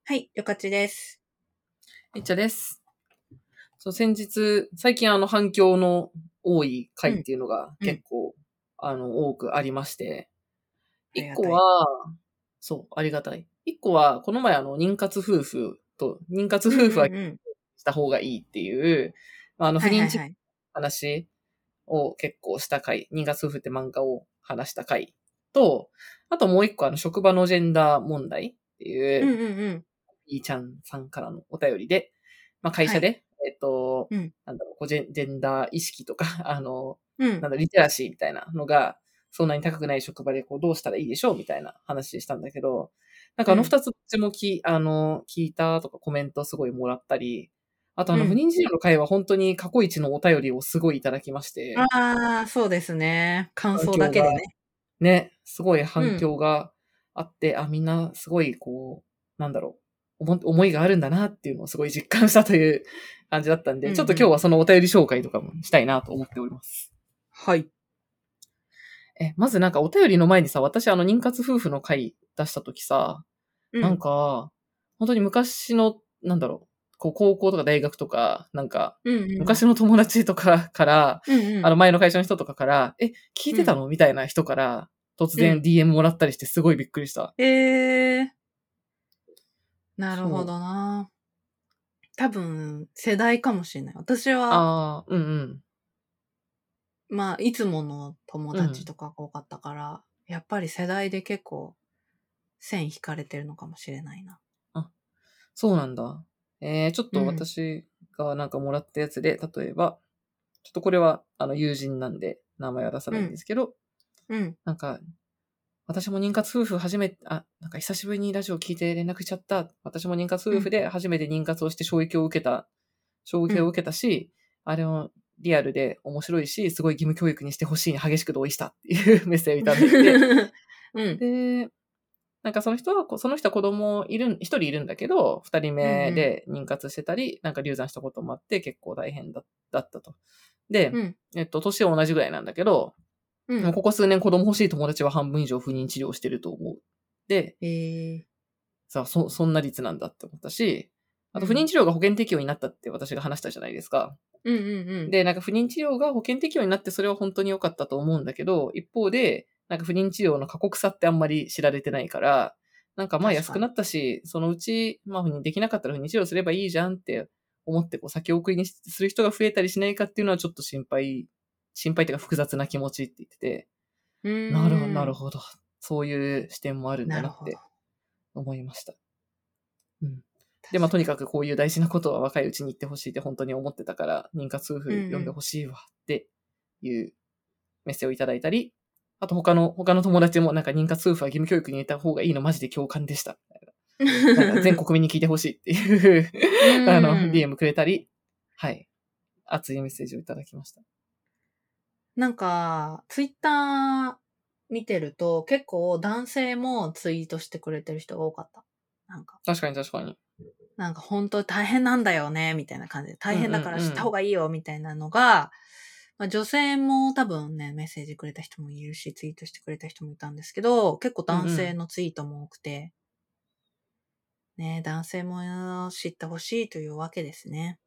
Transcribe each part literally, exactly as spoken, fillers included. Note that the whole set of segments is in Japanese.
はい、よかちです。 いっちゃです。そう、先日、最近あの反響の多い回っていうのがうん。 結構、あの、多くありまして、一個ありがたい。 は、そう、ありがたい。一個は、この前あの、妊活夫婦と、妊活うん夫婦はうんうん。 した方がいいっていう、まあ、あの、不妊治療のはいはいはい。 話を結構した回、妊活夫婦って漫画を話した回と、あともう一個あの、職場のジェンダー問題っていう、 うんうんうん。 いーちゃんさんからのお便りで、まあ、会はい。 社で、えっと、 うん。 なんだろう、こうジェンジェンダー意識とか、あの、 うん。 なんだ、リテラシーみたいなのが、そんなに高くない職場でこうどうしたらいいでしょうみたいな話したんだけど、なんかあのうん。 二つどっちもき、あの、聞いたとかコメントすごいもらったり、あとあの不うん。 妊治療の会は本当に過去一のお便りをすごいいただきまして、 ああ、そうですね。感想だ反響がけでね。 ね、すごいうん。 反響があって、あ、みんなすごいこう、なんだろう、思思いがあるんだなっていうのをすごい実感したという感じだったんで、ちょっとうんうん。 今日はそのお便り紹介とかもしたいなと思っております。 はい。 え、まずなんかお便りの前にさ、私あの妊活夫婦の回出した時さ、なんうん。 か、本当に昔の、なんだろう、こう高校とか大学とか、なんか、 うんうん。 昔の友達とかから、 うんうん。 あの前の会社の人とかから、え、聞いてたうん。 のみたいな人から、突然うん。 ディーエム もらったりしてすごいびっくりした。 ええ、なるほそう。 どな。多分、世代かもしれない。私は、 ああ、うんうん。 まあ、いつもの友うん。 達とかが多かったから、やっぱり世代で結構線引かれてるのかもしれないな。 あ、そうなんだ。えー、ちょっとうん。 私がなんかもらったやつで、例えば、ちょっとこれは、あの、友人なんで、名前は出さないんでうん。 すけど、 うん。 なんか、私も妊活夫婦初めて、あ、なんか久しぶりにラジオ聞いて連絡しちゃった。私も妊活うん。 夫婦で初めて妊活をして衝撃を受けた、衝うん。 撃を受けたし、あれもリアルで面白いし、すごい義務教育にしてほしいに激しく同意したっていうメッセージをいただいて、 うん。 で、なんかその人は、その人は子供いる、一人いるんだけど、二人うんうん。 目で妊活してたり、なんか流産したこともあって結構大変だだったと。で、 うん。 えっと、年は同じぐらいなんだけど、 うん。 もうここ数年子供欲しい友達は半分以上不妊治療してると思う。で、 ええ。 さあ、そ、そんな率なんだって思ったし、あと不妊うん。 治療が保険適用になったって私が話したじゃないですか。 うんうんうん。 で、なんか不妊治療が保険適用になってそれは本当に良かったと思うんだけど、一方で、なんか不妊治療の過酷さってあんまり知られてないから、なんかまあ確かに。 安くなったし、そのうち、まあ不妊できなかったら不妊治療すればいいじゃんって思ってこう先送りにする人が増えたりしないかっていうのはちょっと心配、心配っていうか複雑な気持ちって言ってて、 うなるほど、なーん。 るほど。そういう視点もあるんだなるほど。 なって思いました。うん。で、まあ、 確かとにかくこういう大事なことは若いうちに言ってほしいって本当に思ってたから、妊活夫に。うん婦読んでうん。 ほしいわっていうメッセージをいただいたり、あと他の、他の友達もなんか妊活夫婦は義務教育に入れた方がいいのマジで共感でした。みたいな。なんか全国民に聞いてほしいっていううあの、 ーん。 ディーエム くれたり、はい。熱いメッセージをいただきました。 なんか、ツイッター見てると、結構男性もツイートしてくれてる人が多かった。なんか、 確かに確かに。 なんか本当に大変なんだよね、みたいな感じで、大うんう変だから知った方んがいいよ、みたいなのが、まあ、女性も多分ね、メッセージくれた人もいるし、ツイートしてくれた人もいたんですけど、結構うん。うん男性うん。 のツイートも多くて、ね、男性も知ってほしいというわけですね。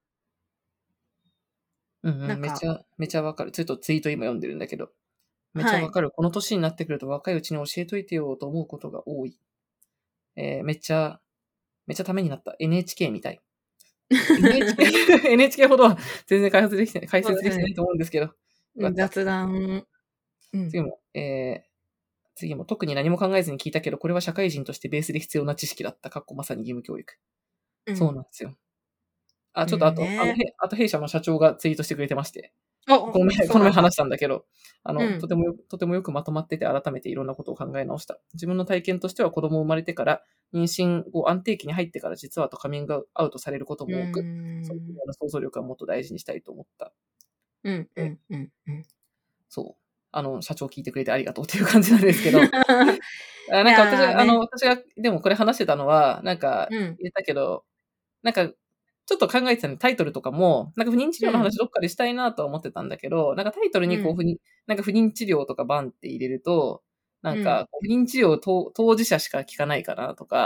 うんうん。めっなんか、 ちゃ、めちゃわかる。ちょっとツイート今読んでるんだけど、めちゃはい。 わかる。この年になってくると若いうちに教えといてよと思うことが多い。えー、めっちゃ、めっちゃためになった。エヌエイチケー みたい。エヌエイチケー、エヌエイチケー ほどは全然開発できてない、解そうですね。 説できてないと思うんですけど。よかった。 雑談、うん。 次も、えー、次も特に何も考えずに聞いたけど、これは社会人としてベースで必要な知識だった。かっこまさに義務教育。 うん。 そうなんですよ。あ、 うちょっとあと、あの、 んね。 へあと弊社の社長がツイートしてくれてまして。 あ、 この前、この前そうなんだ。 話したんだけど、あの、とうん。 てもよ、とてもよくまとまってて改めていろんなことを考え直した。自分の体験としては子供生まれてから、妊娠後安定期に入ってから実はとカミングアウトされることうーも多く、そのん。 想像力はもっと大事にしたいと思った。 うんうで、 んうんうん。 そう。あの、社長聞いてくれてありがとうっていう感じなんですけど、あいなんか私が、あの、 やーね。 私が、でもこれ話してたのは、なんかうん、 言ったけど、なんか、ちょっと考えてたのタイトルとかも、なんか不妊治療のうん、 話どっかでしたいなとは思ってたんだけど、なんかタイトルうん、 にこう不妊、なんか不妊治療とかバンって入れると、なうん。 んか不妊治療当当事者しか聞かないかなとか、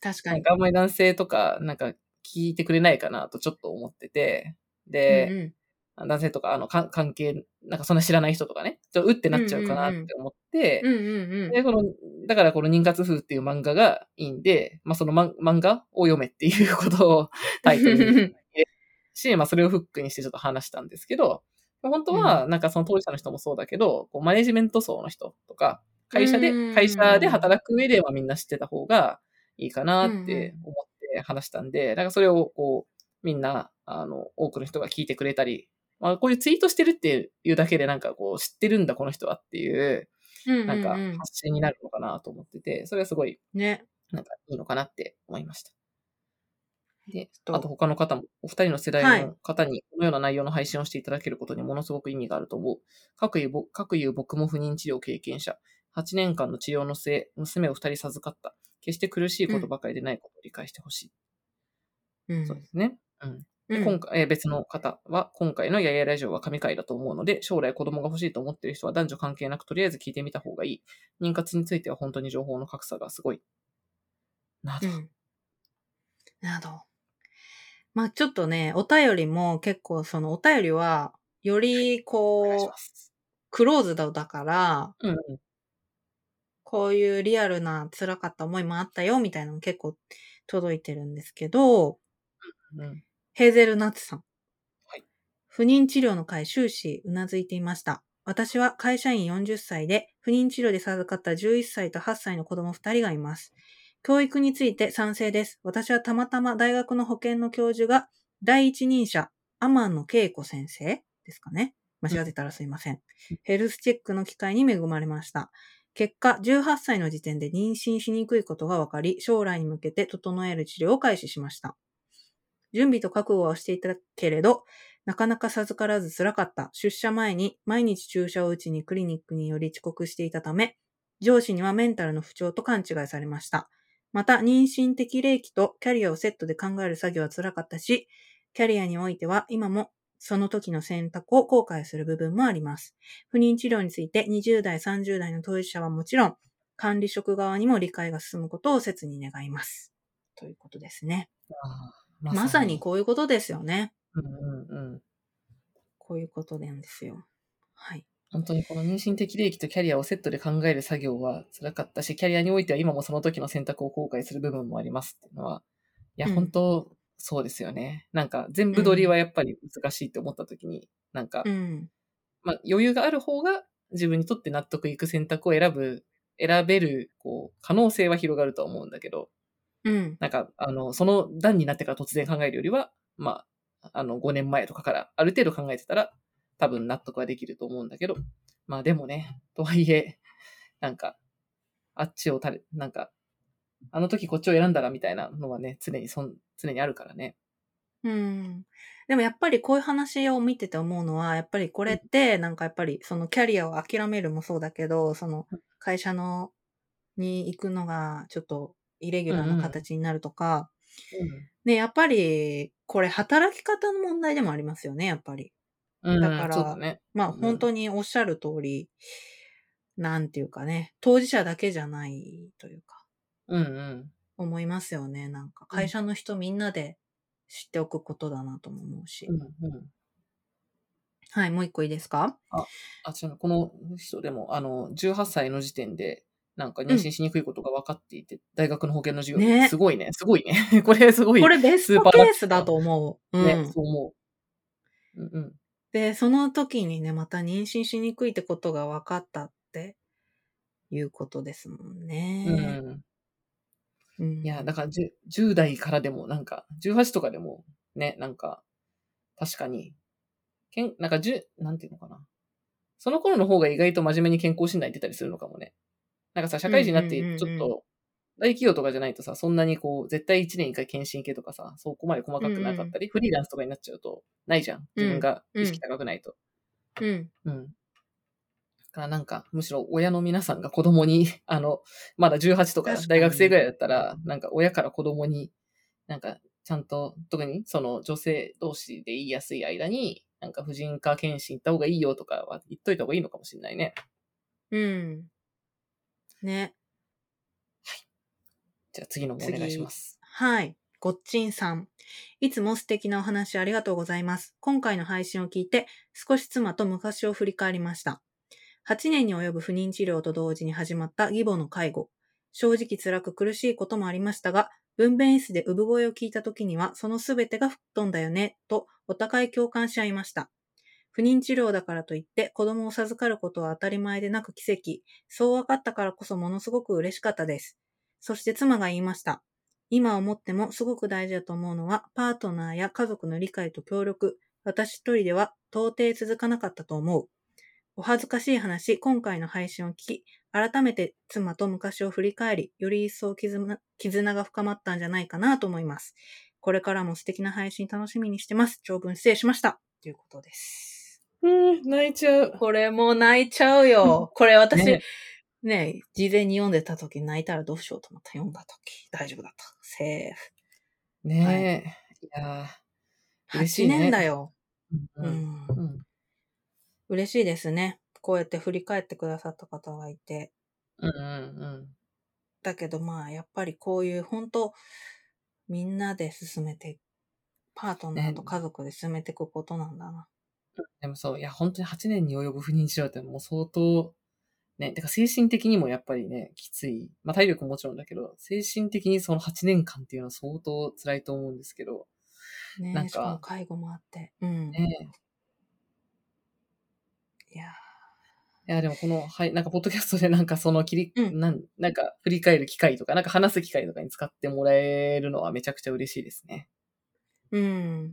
確かに。 なんかあんまり男性とか、なんか聞いてくれないかなとちょっと思ってて、 うんで、 うん。 男性とか、あの、か関係、なんかそんな知らない人とかね、ちょっとうってうんうなっちゃうかなっんうん。 て思って、 うんうんうん。 で、この、だからこの妊活風っていう漫画がいいんで、まあ、その、ま、漫画を読めっていうことをタイトルに入れし、まあ、それをフックにしてちょっと話したんですけど、本当うん。 は、なんかその当事者の人もそうだけど、こうマネジメント層の人とか、 う会社で、会社でーん。 働く上ではみんな知ってた方がいいかなうんうってん。 思って話したんで、なんかそれをこう、みんな、あの、多くの人が聞いてくれたり、まあ、こういうツイートしてるっていうだけでなんかこう、知ってるんだ、この人はっていう、 うんうんなんかうん。 発信になるのかなと思ってて、それはすごい、 ね。 なんかいいのかなって思いました。で、あとと、 他の方も、お二人の世代はい。 の方にこのような内容の配信をしていただけることにものすごく意味があると思う。各いうぼ、各いう僕も不妊治療経験者。はちねんかんの治療の末、娘を二人授かった。決して苦しいうん。 ことばかりでないことを理解してほしい。 うん。 そうですね。うん。で、今うん。 回、えー別の方は、今回のややラジオは神回だと思うので、将来子供が欲しいと思っている人は男女関係なくとりあえず聞いてみた方がいい。妊活については本当に情報の格差がすごい。など。 うん。なるほど。まあちょっとね、お便りも結構そのお便りは、よりお願いしこう、 ます。 クローズドだから、 うんうん。 こういうリアルな辛かった思いもあったよ、みたいなの結構届いてるんですけど、 うん。 ヘーゼルナッツさん。 はい。 不妊治療の会終始うなずいていました。私は会社員よんじゅっさいで、不妊治療で授かったじゅういっさいとはっさいの子供ふたりがいます。教育について賛成です。私はたまたま大学の保健の教授が第一人者、天野恵子先生ですかね。間違ってたらすいません。ヘルスチェックの機会に恵まれました。結果、じゅうはっさいの時点で妊娠しにくいことが分かり、将来に向けて整える治療を開始しました。準備と覚悟はしていたけれど、なかなか授からず辛かった。出社前に毎日注射を打ちにクリニックにより遅刻していたため、上司にはメンタルの不調と勘違いされました。また、妊娠適齢期とキャリアをセットで考える作業は辛かったし、キャリアにおいては今もその時の選択を後悔する部分もあります。不妊治療についてにじゅう代、さんじゅう代の当事者はもちろん、管理職側にも理解が進むことを切に願います。ということですね。 ああ、ままさにさに。 こういうことですよね。 うんうんうん。 こういうことなんですよ。はい。 本当にこの妊娠適齢期とキャリアをセットで考える作業は辛かったし、キャリアにおいては今もその時の選択を後悔する部分もありますっていうのは、いや、本うん。 当そうですよね。なんか全部取りはうん。 やっぱり難しいって思った時に、なんか、 うん。 まあ余裕がある方が自分にとって納得いく選択を選ぶ、選べる、こう、可能性は広がるとは思うんだけど、 うん。 なんか、あの、その段になってから突然考えるよりは、まあ、あの、ごねんまえとかからある程度考えてたら、多分納得はできると思うんだけど、まあでもね、とはいえ、なんか、あっちをたれ、なんか、あの時こっちを選んだらみたいなのはね、常にそん、常にあるからね。 うん。でもやっぱりこういう話を見てて思うのは、やっぱりこうん、 れって、なんかやっぱりそのキャリアを諦めるもそうだけど、その会社のに行くのがちょっとイレギュラーなうん、うん、 形になるとか、 うん、 ね、やっぱりこれ働き方の問題でもありますよね、やっぱり。だうん、そうだから、 ね。 まあうん、 本当におっしゃる通り、なんていうかね、当事者だけじゃないというか、 うん、うん、 思いますよね。なんかうん、 会社の人みんなで知っておくことだなとも思うし。 うん、うん。 はい、もう一個いいですか？ あ、あ、違う、この人でも、あの、じゅうはっさいの時点で、なんか妊うん。 娠しにくいことが分かっていて、大学の保険の授業に、すね。 ごいね、すごいね。これすごい、 これベススーパートケースだラッキーだわ。 と思う。うね、 ん。 そう思う。うんうん。 で、その時にね、また妊娠しにくいってことが分かったっていうことですもんうね。 ん。いや、 うん。 だからじゅう、じゅう代からでも、なんか、じゅうはちとかでも、ね、なんか、確かに、けん、なんかじゅう、なんていうのかな。その頃の方が意外と真面目に健康診断行ってたりするのかもね。なんかさ、社うんうん会人になって、 うんうん。 ちょっと、大企業とかじゃないとさ、そんなにこう、絶対いちねんいっかい検診系とかさ、そこまで細うんかくなうん。 かったり、フリーランスとかになっちゃうと、ないじゃん。自分うん。 が意識うん。 高くないと。 うん。 うん。だからなんか、むしろ親の皆さんが子供に、あの、まだじゅうはちとか大確かに。 学生ぐらいだったら、なんか親から子供に、なんか、ちゃんと、特にその女性同士で言いやすい間に、なんか婦人科検診行った方がいいよとかは言っといた方がいいのかもしれないね。 うん。ね。 じゃあ次のもお願いしま次。 す。 はい。ごっちんさん。いつも素敵なお話ありがとうございます。今回の配信を聞いて、少し妻と昔を振り返りました。はちねんに及ぶ不妊治療と同時に始まった義母の介護。正直辛く苦しいこともありましたが、分娩室で産声を聞いた時には、そのすべてが吹っ飛んだよね、とお互い共感し合いました。不妊治療だからといって子供を授かることは当たり前でなく奇跡。そう分かったからこそものすごく嬉しかったです。そして妻が言いました。今思ってもすごく大事だと思うのはパートナーや家族の理解と協力。私一人では到底続かなかったと思う。お恥ずかしい話、今回の配信を聞き、改めて妻と昔を振り返り、より一層絆絆が深まったんじゃないかなと思います。これからも素敵な配信楽しみにしてます。長文失礼しました。ということです。 うん、泣いちゃう。 これもう泣いちゃうよ。これ私、 ね、 ね、事前に読んでた時泣いたらどうしようと思った。読んだ時。大丈夫だった。セーフ。 ねえ。いやー、嬉し 8 いね。 年だよ。 うん。 ううん。うんん。嬉しいですね。こうやって振り返ってくださった方がいて。 うんうんだけどまあ、やっぱりこういう本当みんなで進めて、パートナーね。 と家族で進めていくことなんだな。 でもそう、いや、本当にはちねんに及ぶ不妊治療ってもう相当、ね、てか精神的にもやっぱりね、きつい。まあ体力ももちろんだけど、精神的にそのはちねんかんっていうのは相当辛いと思うんですけど、なねえ、しかもんか、 介護もあって。うん。 ね、 いやいや、でもこの、はい、なんか、ポッドキャストでなんかその切り、 ーうん。 なん、なんか、振り返る機会とか、なんか話す機会とかに使ってもらえるのはめちゃくちゃ嬉しいですね。 うん。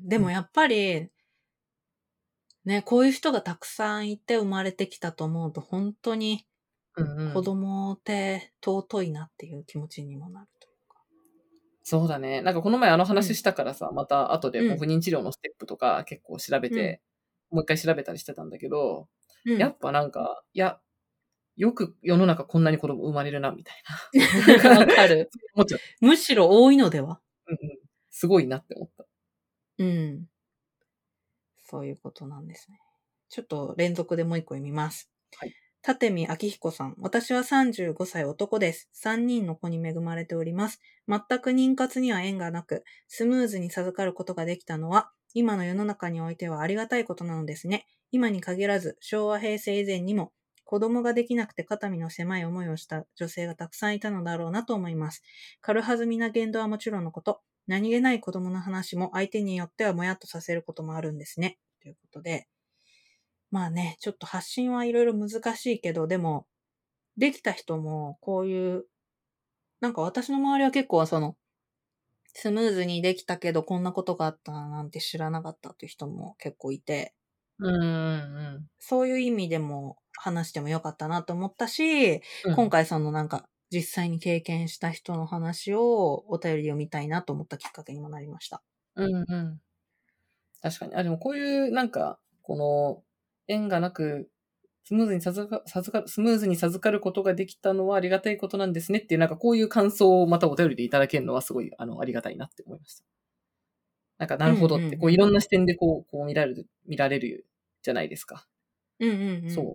でうん。 もやっぱり、ね、こういう人がたくさんいて生まれてきたと思うと、本当に子うんうん。 供って尊いなっていう気持ちにもなるというか。 そうだね。なんかこの前あの話うん。 したからさ、また後でうん。 こう不妊治療のステップとか結構調べうん。 て、もう一回調べたりしてたんだけど、 うん。 やっぱなんか、いや、よく世の中こんなに子供生まれるな、みたいな。なんか、 わかる。 思っちゃった。 むしろ多いのでは。 うんうん。すごいなって思った。 うん。そういうことなんですね。ちょっと連続でもう一個読みます。 はい。 立見明彦さん。私はさんじゅうごさい男です。さんにんの子に恵まれております。全く妊活には縁がなく、スムーズに授かることができたのは、今の世の中においてはありがたいことなのですね。今に限らず、昭和平成以前にも、子供ができなくて肩身の狭い思いをした女性がたくさんいたのだろうなと思います。軽はずみな言動はもちろんのこと、何気ない子供の話も相手によってはもやっとさせることもあるんですね。ということで、まあね、ちょっと発信はいろいろ難しいけど、でも、できた人もこういう、なんか私の周りは結構その、スムーズにできたけどこんなことがあったなんて知らなかったっていう人も結構いて、 うんうんうん。 そういう意味でも話してもよかったなと思ったし、 うん。 今回そのなんか実際に経験した人の話をお便りで読みたいなと思ったきっかけにもなりました。 うんうん。確かに。あ、でもこういうなんか、この、縁がなく、スムーズに授か、授か、スムーズに授かることができたのはありがたいことなんですねっていう、なんかこういう感想をまたお便りでいただけるのはすごい、あの、ありがたいなって思いました。なんか、なうんうんるほどって、こういろんな視点でこう、こう見られる、見られるじゃないですか。 うん。うんうんうん。 そう。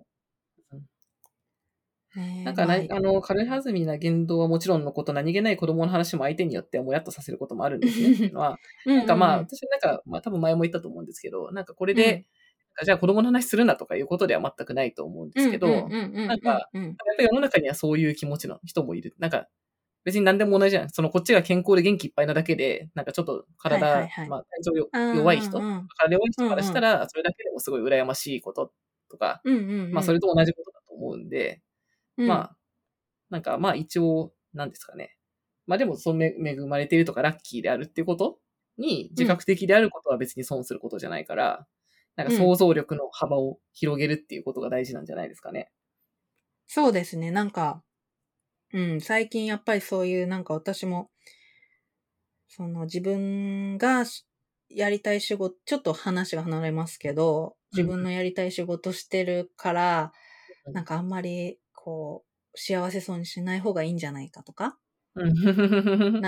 うんなねえ、 んかな、 まあ、 あの、軽はずみな言動はもちろんのこと、何気ない子供の話も相手によってはもやっとさせることもあるんですねっていうのは、 うんなんかまあ、 うんうん。 私なんか、まあ多分前も言ったと思うんですけど、なんかこれで、 うん。 じゃあ子供の話するなとかいうことでは全くないと思うんでうんうんうんすけど、なんか、やっうんうんぱり世の中にはそういう気持ちの人もいる。なんか、別に何でも同じじゃん。そのこっちが健康で元気いっぱいなだけで、なんかちょっとはいはい体、 はい。 まあ体調ようん弱い人、 うんうん。 体弱い人からうんうん。 したら、それだけでもすごい羨ましいこととか、 うんうんまあそれうん。 と同じことだと思うんで、 うん。 まあ、なんか、まあ一応、なんですかね。まあでも、そのめ恵まれているとかラッキーであるっていうことに自うん。 覚的であることは別に損することじゃないから、なんかうん。 想像力の幅を広げるっていうことが大事なんじゃないですかね。 そうですね。なんか、うん、最近やっぱりそういうなんか私も、その自分がしやりたい仕事、ちょっと話が離れますけど、 うん。 自分のやりたい仕事してるから、 うん。 なんかあんまりこう、幸せそうにしない方がいいんじゃないかとか、 うん。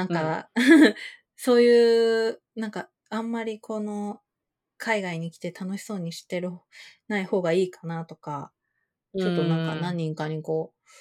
うん。 なんかそういう、なんかあんまりこの海外に来て楽しそうにしてるない方がいいかなとか、 うちょっとなんかーん。 何人かにこう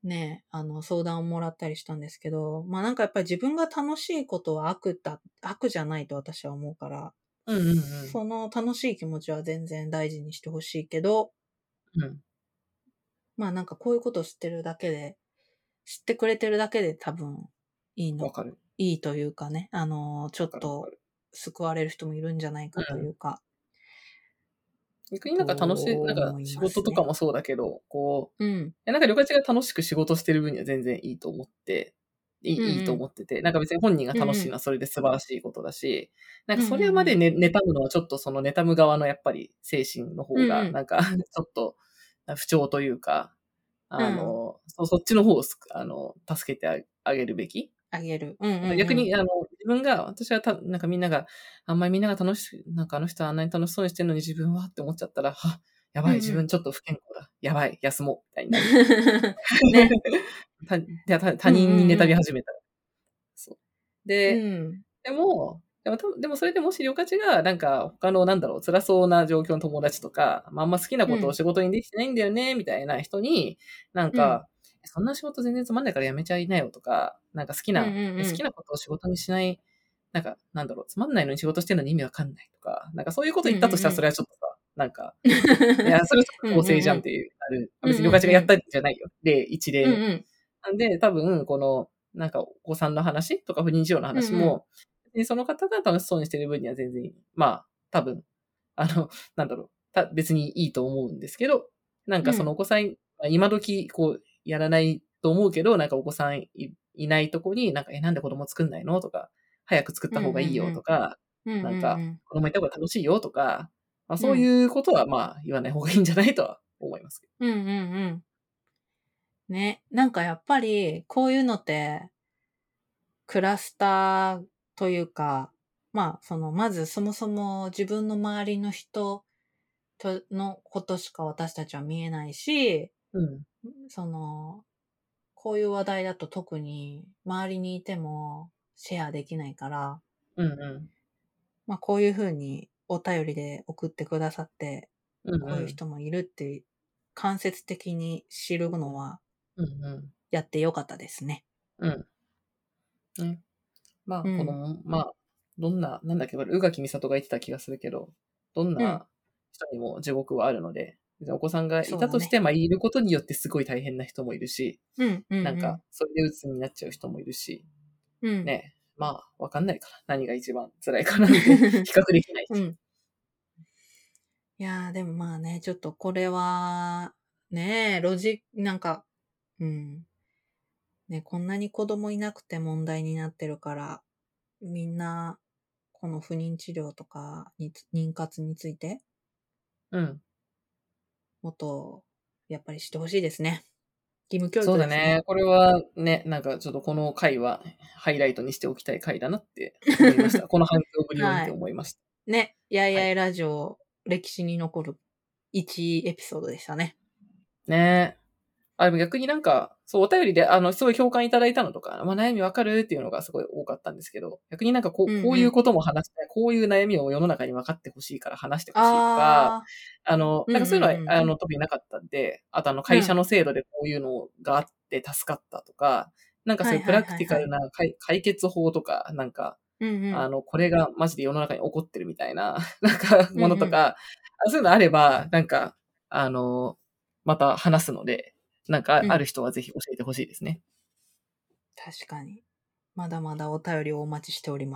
ね、あの、相談をもらったりしたんですけど、まあなんかやっぱり自分が楽しいことは悪だ、悪じゃないと私は思うから、 うんうんうん。 その楽しい気持ちは全然大事にしてほしいけど、 うん。 まあなんかこういうことを知ってるだけで、知ってくれてるだけで多分いいの、 わかる。 いいというかね、あの、ちょわっとかるわかる。 救われる人もいるんじゃないかとうん。 いうか、 逆になとんか楽しい、なんか思い仕ますね。 事とかもそうだけど、こう、 うん。 え、なんか旅客が楽しく仕事してる分には全然いいと思って、いいいいとうんうん。 思ってて、なんか別に本人が楽しいのうんうん。 はそれで素晴らしいことだし、なんうんかそれまでうんうん。 ね妬むのはちょっとその妬む側のやっぱり精神の方が、 うんうん。 なんかちょっと不調というか、 うん。 あの、そそっちの方をすあの、助けてああげるべき。 あげる。うんうんうん。 逆に、あの、自分が、私はたなんかみんなが、あんまりみんなが楽しくなんかあの人はあんなに楽しそうにしてるのに自分はって思っちゃったら、は、やばい、 うんうん。 自分ちょっと不健康だ。やばい、休もうみたいになる。 ね。 たいや、た他うんう人に妬んうん。 み始めたら。そう。 うで、 ん。 でも、でも、たでもそれでもしりょかちが、なんか他のなんだろう、辛そうな状況の友達とか、まあ、あんま好きなうん。 ことを仕事にできてないんだよね、みたいな人に、なんうん。 か、そんな仕事全然つまんないからやめちゃいなよとか、なんか好きうんうな、 んうん。 好きなことを仕事にしない、なんか、なんだろう、つまんないのに仕事してるのに意味わかんないとか、なんかそういうことうん言ったとしたらうんうん。 それはちょっとさ、なんか、いや、それはちょっうんと強制うんうん。 じゃんっていう、ある、 うん別にりょかちがやったうんうん。 んじゃないよ。例、一例。 うんうん。 なんで、多分、この、なんか、お子さんの話とか不妊治療のうんうん。 話も、でその方が楽しそうにしてる分には全然いい。まあ、多分、あの、なんだろう、た別にいいと思うんですけど、なんかそのうん。 お子さん、まあ今時、こう、やらないと思うけど、なんかお子さんいいないとこに、なんか、え、なんで子供作んないのとか、早く作っうんうんた方がいいようん。 とか、 うんうんなんか、 うん。 子供いた方が楽しいよとか、まあ、そううん。 いうことは、まあ、言わない方がいいんじゃないとは思いますけうんうんうん。ね。なんかやっぱり、こういうのって、クラスターというか、まあ、その、まずそもそも自分の周りの人とのことしか私たちは見えないし、 ど。うん。 その、こういう話題だと特に周りにいてもシェアできないから、 うんうん。 まあこういうふうにお便りで送ってくださって、 うんうん。 こういう人もいるって間接的に知るのはうんうん。 やってよかったですね。 うん。ね。まあ、こうん。 の、まあ、どんな、なんだっけ、これ、宇垣美里が言ってた気がするけど、どんうん。 な人にも地獄はあるので、別にお子さんがいそうだね。 たとして、まあ、いることによってすごい大変な人もいるし、 うん、うん、 なんか、 うん。 それで鬱になっちゃう人もいるし、 うん。 ね、まあ、わかんないから、何が一番辛いかなんて比較できないし。 うん。いやー、でもまあね、ちょっとこれは、ねえ、ロジ、なんか、うん。ね、こんなに子供いなくて問題になってるから、みんな、この不妊治療とかにつ、妊活について、 うん。 もっと、やっぱりしてほしいですね。義務教そう育ですね。 だね。これはね、なんかちょっとこの回はハイライトにしておきたい回だなって思いました。この反響ぶりを見てはい。 思いました。 ね、やいはい。 やいラジオ、歴史に残る一エピソードでしたね。 ねえ。あ、でも逆になんか、そう、お便りで、あの、すごい共感いただいたのとか、まあ、悩みわかるっていうのがすごい多かったんですけど、逆になんかこう、 うんうん。 こういうことも話したい、こういう悩みを世の中に分かってほしいから話してほしいとか、 ああの、 ー、うんなんかそういうのは、 うんうん。 あの、特になかったんで、あとあの、会社うん。 の制度でこういうのがあって助かったとか、なんかはいはいそういうプラクはいはい。 ティカルな解解決法とか、なんか、 うんうん。 あの、これがマジで世の中に起こってるみたいな、なんか、 うんうん。 ものとか、そういうのあれば、なんか、あの、また話すので、なんか、 うん。 ある人はぜひ教えてほしいですね。 確かに。まだまだお便りをお待ちしております。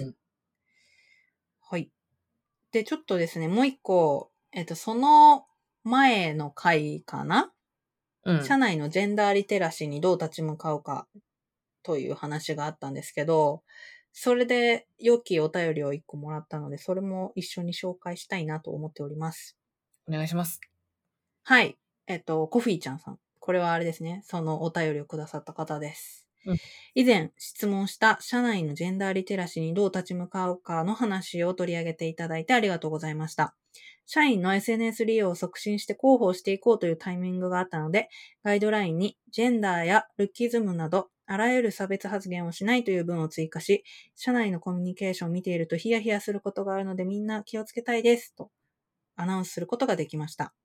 うん。 はい。で、ちょっとですね、もう一個、えっと、その前の回かな、 うん。 社内のジェンダーリテラシーにどう立ち向かうかという話があったんですけど、それで良きお便りを一個もらったので、それも一緒に紹介したいなと思っております。 お願いします。 はい。えっと、コフィーちゃんさん。これはあれですね。そのお便りをくださった方です。 うん。 以前質問した社内のジェンダーリテラシーにどう立ち向かうかの話を取り上げていただいてありがとうございました。社員の エスエヌエス 利用を促進して広報していこうというタイミングがあったので、ガイドラインにジェンダーやルッキズムなどあらゆる差別発言をしないという文を追加し、社内のコミュニケーションを見ているとヒヤヒヤすることがあるのでみんな気をつけたいですとアナウンスすることができました。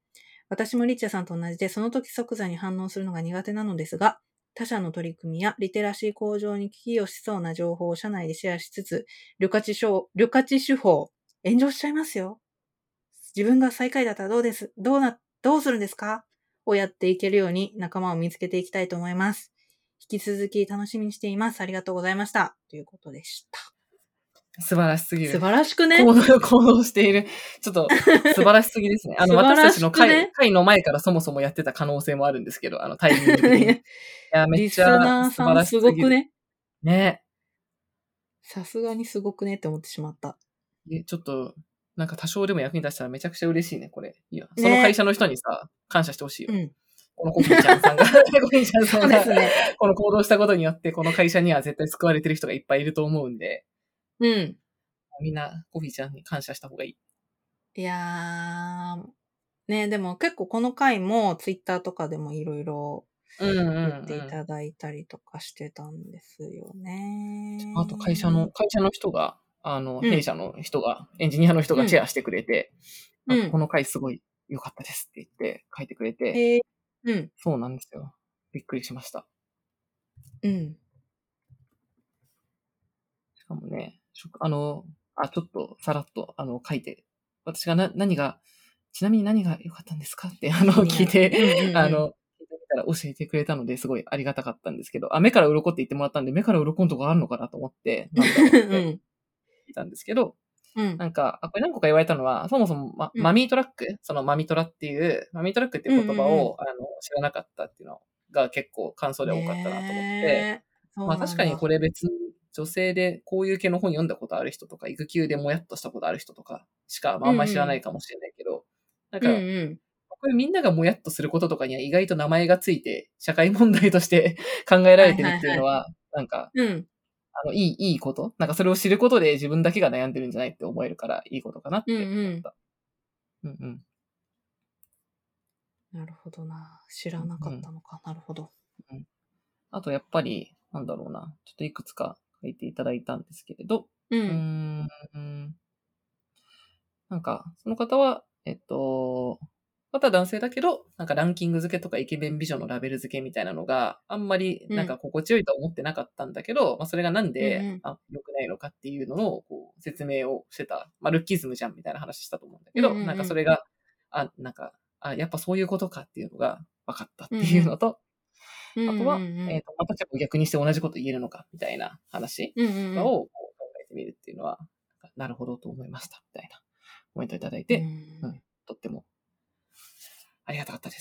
私もリッチャさんと同じで、その時即座に反応するのが苦手なのですが、他社の取り組みやリテラシー向上に寄与しそうな情報を社内でシェアしつつ、旅客地手旅客地手法、炎上しちゃいますよ。自分が最下位だったらどうです、どうな、どうするんですかをやっていけるように仲間を見つけていきたいと思います。引き続き楽しみにしています。ありがとうございました。ということでした。 素晴らしすぎる。 素晴らしくね行動、行動している。ちょっと、素晴らしすぎですね。あの、 素晴ら私たちのしくね会、会の前からそもそもやってた可能性もあるんですけど、あの、タイミング的に。いや、めっリちゃスナー素晴らしさんすすぎる。 ごくねね。 さすがにすごくねって思ってしまった。 え、ちょっと、なんか多少でも役に立したらめちゃくちゃ嬉しいね、これ。いや、 ねその会社の人にさ、感謝してほしいよ。 うん。 このコフィーちゃんさんが、コフィーちゃんさそんが、 うですね。 この行動したことによって、この会社には絶対救われてる人がいっぱいいると思うんで、 うん。 みんなコフィーちゃんに感謝した方がいい。 いやー、ね、でも結構この回もツイッターとかでもいろいろうんうんうん。 言っていただいたりとかしてたんですよね。 あと会社の、会社の人が、あの、 うん弊社の人が、エンジニアの人がシェアしてくれて、 うんなんかこの回すごい良かったですって言って書いてくれて、 へえ、うん、 そうなんですよ。びっくりしました。 うん。 しかもね、あの、あ、ちょっとさらっと、あの、書いて、私がな、何が、ちなみに何が良かったんですかって、あの、聞いて、 うんうんうん、 あの、聞いてみたら教えてくれたので、すごいありがたかったんですけど、あ、目から鱗って言ってもらったんで、目から鱗のとこあるのかなと思って、なんだろうって聞いたんですけど、 うん、 なんか、あ、これ何個か言われたのは、そもそも、ま、 うん、 マミートラックそのマミトラっていう、マミートラックっていう言葉を、あの、知らなかったっていうのが結構感想で多かったなと思って、 ねえ、そうまあ確かになんだ。 これ別に女性でこういう系の本読んだことある人とか、育休でもやっとしたことある人とかしか、まあ、あんまり知らないかもしれないけど、なんうんか、 うん。 これみんながもやっとすることとかには意外と名前がついて、社会問題として考えらはいれてるっはいはい。 ていうのは、なんか、 うん。 あの、いい、いいこと、なんかそれを知ることで自分だけが悩んでるんじゃないって思えるから、いいことかなっうんてうん。 思った。うんうん。 なるほどな。知らなかうんったのか。なるほど。 うん。あとやっぱり、なんだろうな。ちょっといくつか書いていただいたんですけれど、うーうん。 ん、なんか、その方は、えっと、また男性だけど、なんかランキング付けとかイケメン美女のラベル付けみたいなのがあんまりうん。 なんか心地よいとは思ってなかったんだけど、まあそれがなんで、 うんうん。 あ、良くないのかっていうのをこう説明をしてた。まあルッキズムじゃんみたいな話したと思うんだけうんうど、なんかそんれが、あ、なんか、あ、やっぱそういうことかっていうのが分かったっうん。 ていうのと、 うんうんあとは、 うん。 えっ、と、また逆にして同じこと言えるのかみたいな話うんうんうん。 とかをこう考えてみるっていうのは、なるほどと思いましたみたいなコメントいただいうて、うん。 ん、とってもありがたかったです。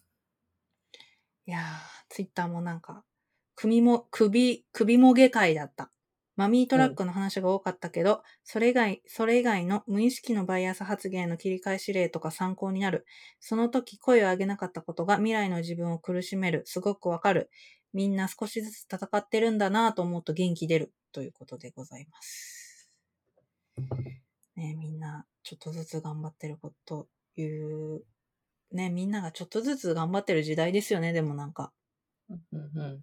いやー、ツイッターもなんか、首も、首、首もげ会だった。マミートラッおクの話が多かったけど、それ以外、それ以外の無意識のバイアス発言の切り返し例とか参考になる。その時声を上げなかったことが未来の自分を苦しめる。すごくわかる。みんな少しずつ戦ってるんだなぁと思うと元気出る。ということでございます。ね、みんなちょっとずつ頑張ってるこというね、みんながちょっとずつ頑張ってる時代ですよね、でもなんか。 うんうんうん、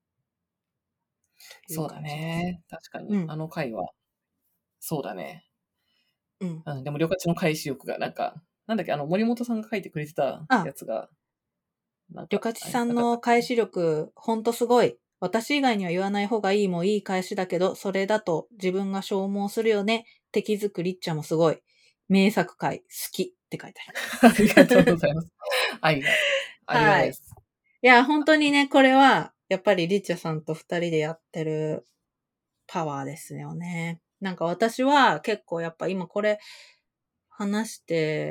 というそうだ感じです。 ね。確かに。 うん。 あの回は、そうだね。 うん。 うん、でも、旅客地の開始欲が、なんか、なんだっけ、あの、森本さんが書いてくれてたあ、 やつが、なんか、 旅客あれ、 さんのなかったっけ。 返し力、ほんとすごい。私以外には言わない方がいいもいい返しだけど、それだと自分が消耗するよね。敵づくりっちゃもすごい。名作回、好きって書いてありまありがとうごす。 ざいます。愛が、ありがはい。 たいです。 いや、本当にね、これは、やっぱりリッチャさんと二人でやってるパワーですよね。なんか私は結構やっぱ今これ話して、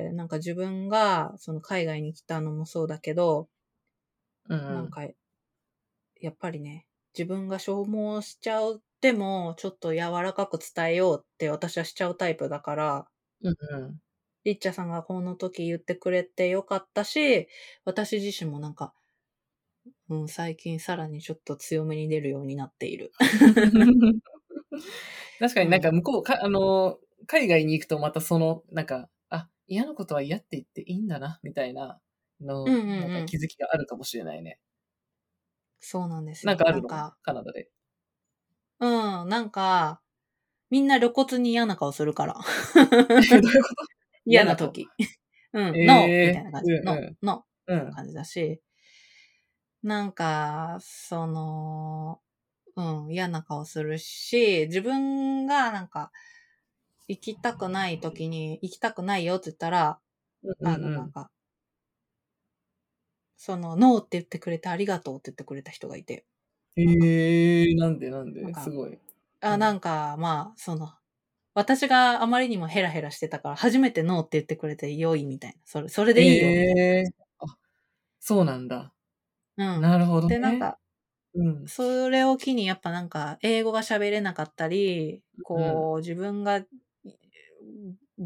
なんか自分がその海外に来たのもそうだけど、 うんうん。 なんかやっぱりね、自分が消耗しちゃうでも、ちょっと柔らかく伝えようって私はしちゃうタイプだから、 うんうん。 リッチャさんがこの時言ってくれてよかったし、私自身もなんか、うん、最近さらにちょっと強めに出るようになっている。 確かになんかうん。 向こう、か、あの、海外に行くとまたその、なんか、あ、嫌なことは嫌って言っていいんだな、みたいなの、 うんうんなんかうん。 気づきがあるかもしれないね。 そうなんですよ。 なんかあるのなんか、 カナダで。 うん、なんか、みんな露骨に嫌な顔するから。 どういうこと？ 嫌嫌な顔。 な時。 うん、ノーみえたいな感じ。 ー、 ノー、 うんノーうん。うん。 感じだし、なんか、その、うん、嫌な顔するし、自分がなんか、行きたくない時に、行きたくないよって言ったら、 うんあの、 うん。 なんか、その、ノーって言ってくれてありがとうって言ってくれた人がいて、 えなんか、 ー、なんでなんなんか、 ですごい。うあ、なん。 んか、まあ、その、私があまりにもヘラヘラしてたから、初めてノーって言ってくれて良いみたいな。それ、それでいいよみたいな感じ。 えー、あ、そうなんだ。 うん。 なるほどで、なんね。 か、 うん。 それを機にやっぱなんか、英語が喋れなかったり、 うん。 こう、自分が、うん、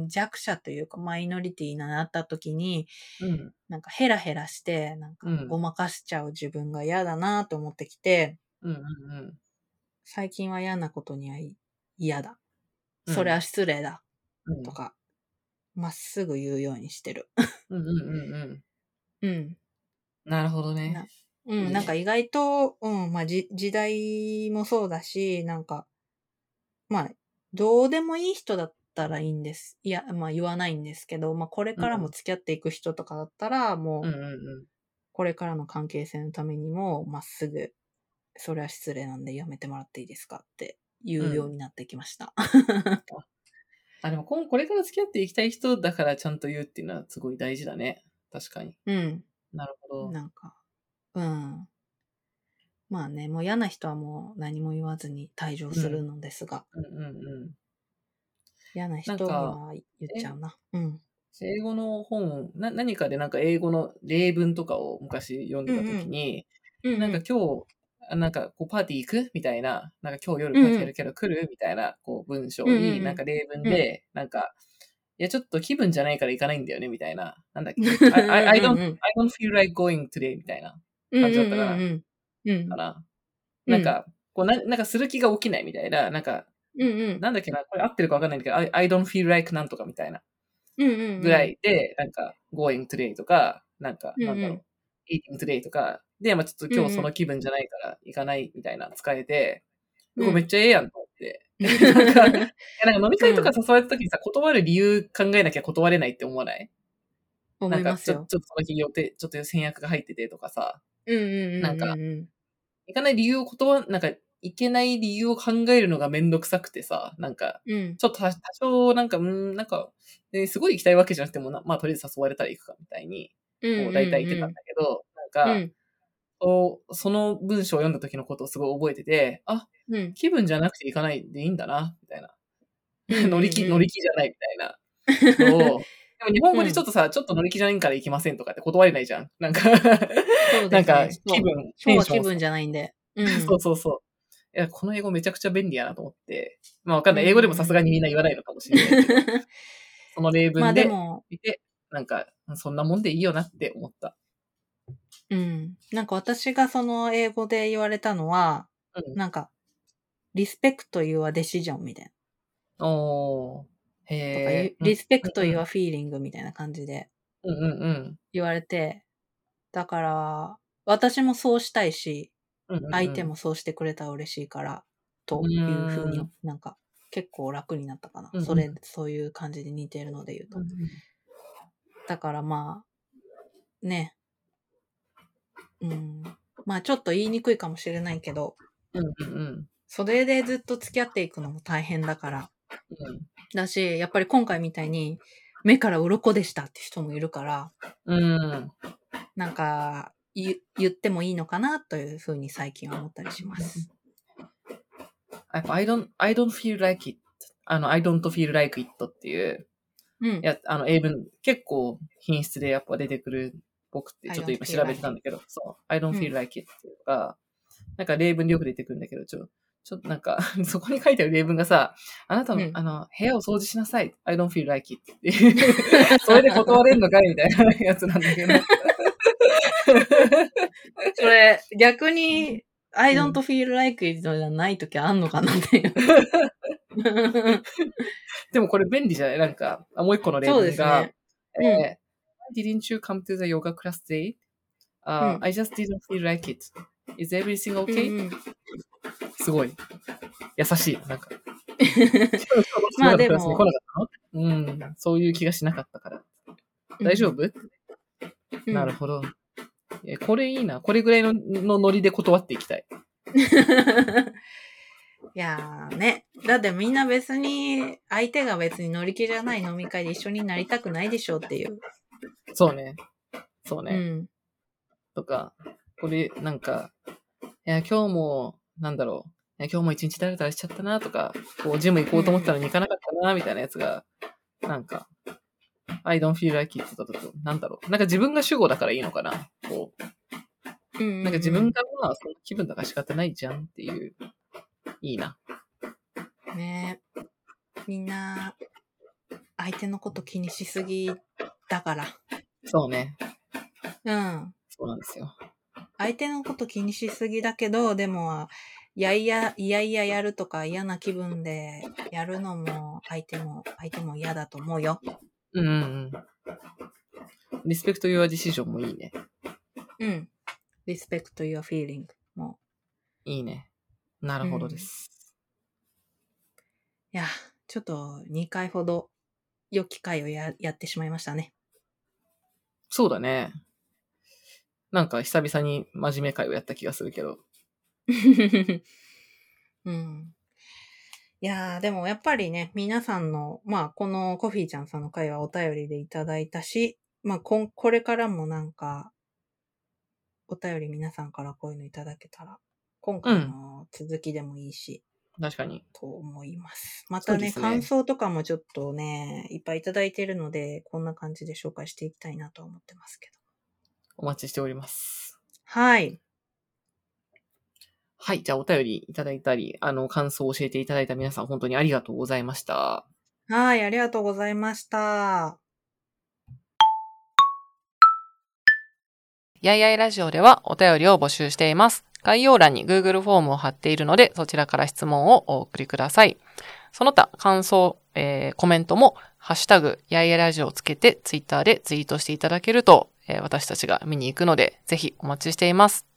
弱者というか、マイノリティになった時に、 うん。 なんかヘラヘラして、なんかごうん。 まかしちゃう自分が嫌だなと思ってきて、 うんうん最近は嫌なことには嫌だ。 うん。うん。 それは失礼だ。 うん。 とか、まっすぐ言うようにしてる。 うんうんうんうん。 うん。 なるほどね。 な、うん、 いいね。 なんか意外と、うん、まあ、じ、時代もそうだし、なんか、まあ、どうでもいい人だったらいいんです。いや、まあ言わないんですけど、まあこれからもうん。 付き合っていく人とかだったら、 うんもう、 うんうん。 これからの関係性のためにも、まっすぐ、それは失礼なんでやめてもらっていいですかって言うよううん。 になってきました。 あ、あ、でもこん、これから付き合っていきたい人だからちゃんと言うっていうのはすごい大事だね。確かに。 うん。 なるほど。 なんか、うん。まあね、もう嫌な人はもう何も言わずに退場うん。 するのですが、 うんうんうん。 嫌ななんか、 人には言っちゃえ、 うな。うん。 英語の本、な、何かでなんか英語の例文とかを昔読んでたうんうん。 時に、なんかうんうん。 今日、あなんかこうパーティー行くみたいな、なんか今日夜うんうん。 パーティーやるけど来るみたいなこう文うん章に、なんかうん例文うん。うん。 で、なんか、いやちょっと気分じゃないから行かないんだよねみたいな、なんだっうんけ、I, I, I う don't, んうん。 I don't feel like going today みたいな感じだっうんうんたかな、 うんうん。うん。 かな。 うん。 なんか、こうな、なんかする気が起きないみたいな、なんか、 うんうん。 なんだっけな、これ合ってるかわかんないんだけど、I, I don't feel like なんとかみたいな。 うんうんぐらうん。 いで、なんか、going today とか、なんか、 うんうん。 なんだろう、eating today とか、で、まあちょっと今日そのうんうん。 気分じゃないから行かないみたいな使えて、これめっうん。 ちゃええやんと思って。なんか、いやなんか飲み会とかうん。 誘われた時にさ、断る理由考えなきゃ断れないって思わない？な思んか、ちょ、ちょいますよ。 っとその日予定、ちょっと先約が入っててとかさ、 うんうんうんなんか、 うんうん。 行かない理由を断、なんか、行けない理由を考えるのがめんどくさくてさ、なんか、 うん。 ちょっと多多少、なんか、うん、なんか、えすごい行きたいわけじゃなくてもな、まあ、とりあえず誘われたら行くかみたいに、 うんこう、大体言ってたんうんだけど、なんか、 うん。 そう、その文章を読んだ時のことをすごい覚えてて、あ、 うん。 気分じゃなくて行かないでいいんだな、みたいな。 うんうん乗り気、 うん。 乗り気じゃないみたいなのを、でも日本うん。 語でちょっとさ、ちょっと乗り気じゃないから行きませんとかって断れないじゃん。なんかなんか、 そうですね。そう。 気分、テンションさ、 今日は気分じゃないんで。うそうん。 そうそう。いや、この英語めちゃくちゃ便利やなと思って。まあわかんうんない。英語でもさうんうん。 すがにみんな言わないのかもしれないけど、その例まあ文ででも、 見て、なんか、そんなもんでいいよなって思った。 うん。なんか私がその英語で言われたのは、 うん。 なんか、リスペクト your decision みたいな。 おー。へとか、 え。うん。 リスペクトうんう your ん。 feeling みたいな感じでうんうんうん。 言われて、だから、私もそうしたいし、 うんうん相手うん。 もそうしてくれたら嬉しいから、 うという風にーん。 なんか、結構楽になったかな。 うんうん。 それ、そういう感じで似てるので言うと。 うんうん。 だからまあ、ね、うん。まあちょっと言いにくいかもしれないけど、 うんうんうん。 それでずっと付き合っていくのも大変だから。 うん。 だし、やっぱり今回みたいに、目から鱗でしたって人もいるから、 うーん。 なんか、言言ってもいいのかなというふうに最近は思ったりします。 やっぱ I don't, I don't feel like it. あの、I don't feel like it っていう、 うん。 いや、あの、英文、結構品質でやっぱ出てくる僕ってち I ょっと don't 今 feel 調べて like たん it. だけど、そう、I don't う feel ん。 like it っていうのが、なんか例文でよく出てくるんだけど、ちょ、ちょっとなんか、そこに書いてある例文がさ、あなたの、 うん。 あの、部屋を掃除しなさい。I don't feel like it っていう。それで断れんのかいみたいなやつなんだけど。 それ、逆に、I う don't ん。 feel like it じゃないときあんのかなっていう。 でもこれ便利じゃないなんか、もう一個の例そうで文が、 すね。うん。 えー、Didn't you come to the yoga class today?、Uh, うん。 I just didn't feel like it. Is everything うん okay? うん。 すごい。優しい。なんか、今日のまあヨガのクラスに来でも、 なかったのうん。そういう気がしなかったから。 大丈夫、うん、なるほど。え、これいいな。これぐらいののノリで断っていきたい。 いやーね。だってみんな別に、相手が別に乗り気じゃない飲み会で一緒になりたくないでしょっていう。 そうね。そうね。 うん。 とか、これなんか、いや、今日も、なんだろう。いや今日も一日だらだらしちゃったなとか、こう、ジム行こうと思ったのに行かなかったなみたいなやつが、なんか、I don't feel like it だと、なんだろう。なんか自分が主語だからいいのかな。こう。うんうんうん、なんか自分がまあ、その気分だから仕方ないじゃんっていう、いいな。 ねえ。みんな、相手のこと気にしすぎだから。 そうね。 うん。 そうなんですよ。 相手のこと気にしすぎだけど、でも、いやいや、いやいややるとか嫌な気分でやるのも相手も、相手も嫌だと思うよ。 うんうんうん。リスペクト your decision もいいね。 うん。リスペクト your feeling も。 いいね。なるほどです。 うん、いや、ちょっとにかいほど良き回を や, やってしまいましたね。 そうだね。なんか久々に真面目会をやった気がするけど。 うん。いやー、でもやっぱりね、皆さんの、まあ、このコフィーちゃんさんの回はお便りでいただいたし、まあ、こ、これからもなんか、お便り皆さんからこういうのいただけたら、今回の続きでもいいし、 うん、確かに。 と思います。またね、ね感想とかもちょっとね、いっぱいいただいてるので、こんな感じで紹介していきたいなと思ってますけど。 お待ちしております。 はい。 はい。じゃあお便りいただいたり、あの、感想を教えていただいた皆さん本当にありがとうございました。 はい、ありがとうございました。 やいやいラジオではお便りを募集しています。概要欄に Google フォームを貼っているので、そちらから質問をお送りください。その他、感想、えー、コメントも、ハッシュタグ、やいやいラジオをつけて、ツイッターでツイートしていただけると、えー、私たちが見に行くので、ぜひお待ちしています。